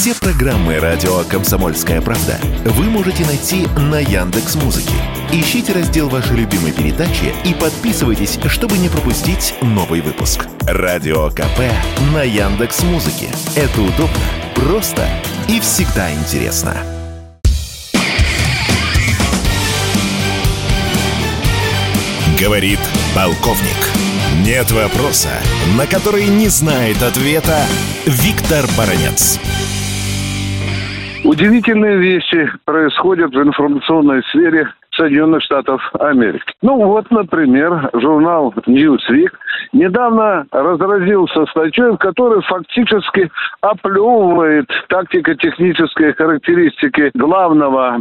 Все программы радио «Комсомольская правда» вы можете найти на Яндекс.Музыке. Ищите раздел вашей любимой передачи и подписывайтесь, чтобы не пропустить новый выпуск. Радио КП на Яндекс.Музыке. Это удобно, просто и всегда интересно. Говорит полковник. Нет вопроса, на который не знает ответа Виктор Баранец. Удивительные вещи происходят в информационной сфере Соединенных Штатов Америки. Например, журнал Newsweek недавно разразился статьей, в которой фактически оплевывает тактико-технические характеристики главного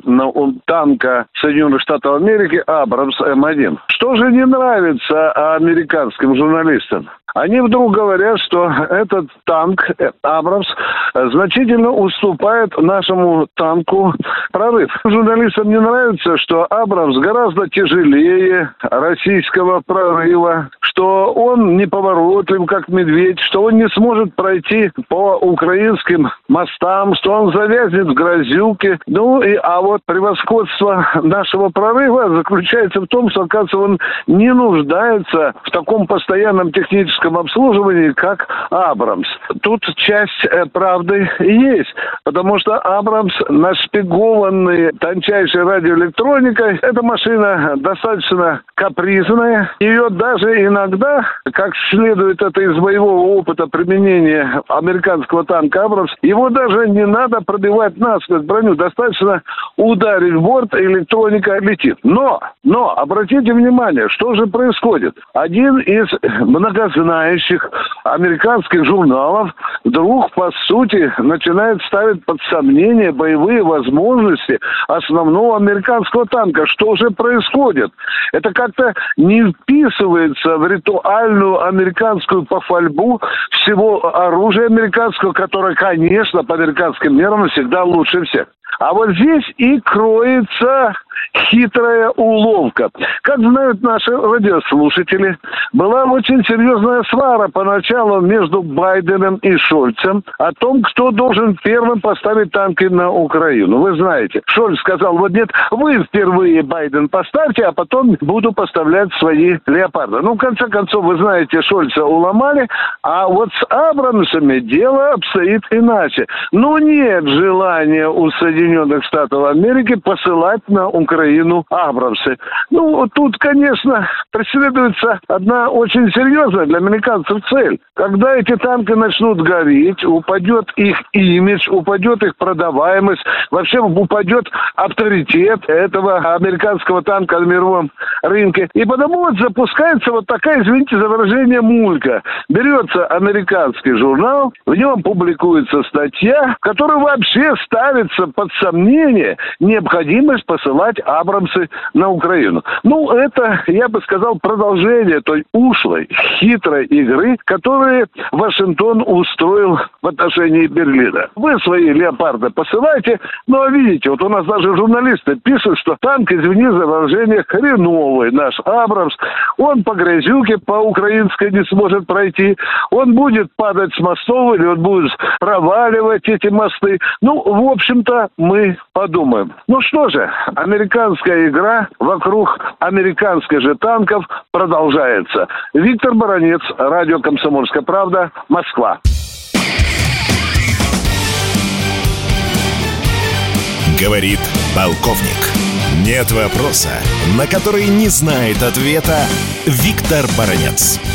танка Соединенных Штатов Америки «Абрамс М1». Что же не нравится американским журналистам? Они вдруг говорят, что этот танк «Абрамс» значительно уступает нашему танку «Прорыв». Журналистам не нравится, что «Абрамс» гораздо тяжелее российского «Прорыва», что он неповоротлив, как медведь, что он не сможет пройти по украинским мостам, что он завязнет в грязюке. А вот превосходство нашего «Прорыва» заключается в том, что, оказывается, он не нуждается в таком постоянном техническом обслуживании, как «Абрамс». Тут часть правды есть, потому что «Абрамс», нашпигованный тончайшей радиоэлектроникой, эта машина достаточно капризная. Ее даже иногда, как следует это из боевого опыта применения американского танка «Абрамс», его даже не надо пробивать насквозь броню. Достаточно ударить в борт, и электроника летит. Но, обратите внимание, что же происходит? Один из многознающих американских журналов вдруг, по сути, начинает ставить под сомнение боевые возможности основного американского танка. Что же происходит? Это как-то не вписывается в ритуальную американскую пофальбу всего оружия американского, которое, конечно, по американским мерам всегда лучше всех. А вот здесь и кроется хитрая уловка. Как знают наши радиослушатели, была очень серьезная свара поначалу между Байденом и Шольцем о том, кто должен первым поставить танки на Украину. Вы знаете, Шольц сказал: нет, вы впервые, Байден, поставьте, а потом буду поставлять свои «Леопарды». В конце концов, вы знаете, Шольца уломали, а вот с «Абрамсами» дело обстоит иначе. Нет желания у Соединенных Штатов Америки посылать на Украину «Абрамсы». Тут, конечно, преследуется одна очень серьезная для американцев цель. Когда эти танки начнут гореть, упадет их имидж, упадет их продаваемость, вообще упадет авторитет этого американского танка на мировом рынке. И потому запускается такая, извините за выражение, мулька. Берется американский журнал, в нем публикуется статья, в которой вообще ставится под сомнение необходимость посылать «Абрамсы» на Украину. Это, я бы сказал, продолжение той ушлой, хитрой игры, которую Вашингтон устроил в отношении Берлина. Вы свои «Леопарды» посылайте, видите, у нас даже журналисты пишут, что танк, извини за выражение, хреновый наш «Абрамс». Он по грязюке, по украинской не сможет пройти. Он будет падать с мостов, или он будет проваливать эти мосты. В общем-то, мы подумаем. Что же, американская игра вокруг американских же танков продолжается. Виктор Баранец, радио «Комсомольская правда», Москва. Говорит полковник. Нет вопроса, на который не знает ответа Виктор Баранец.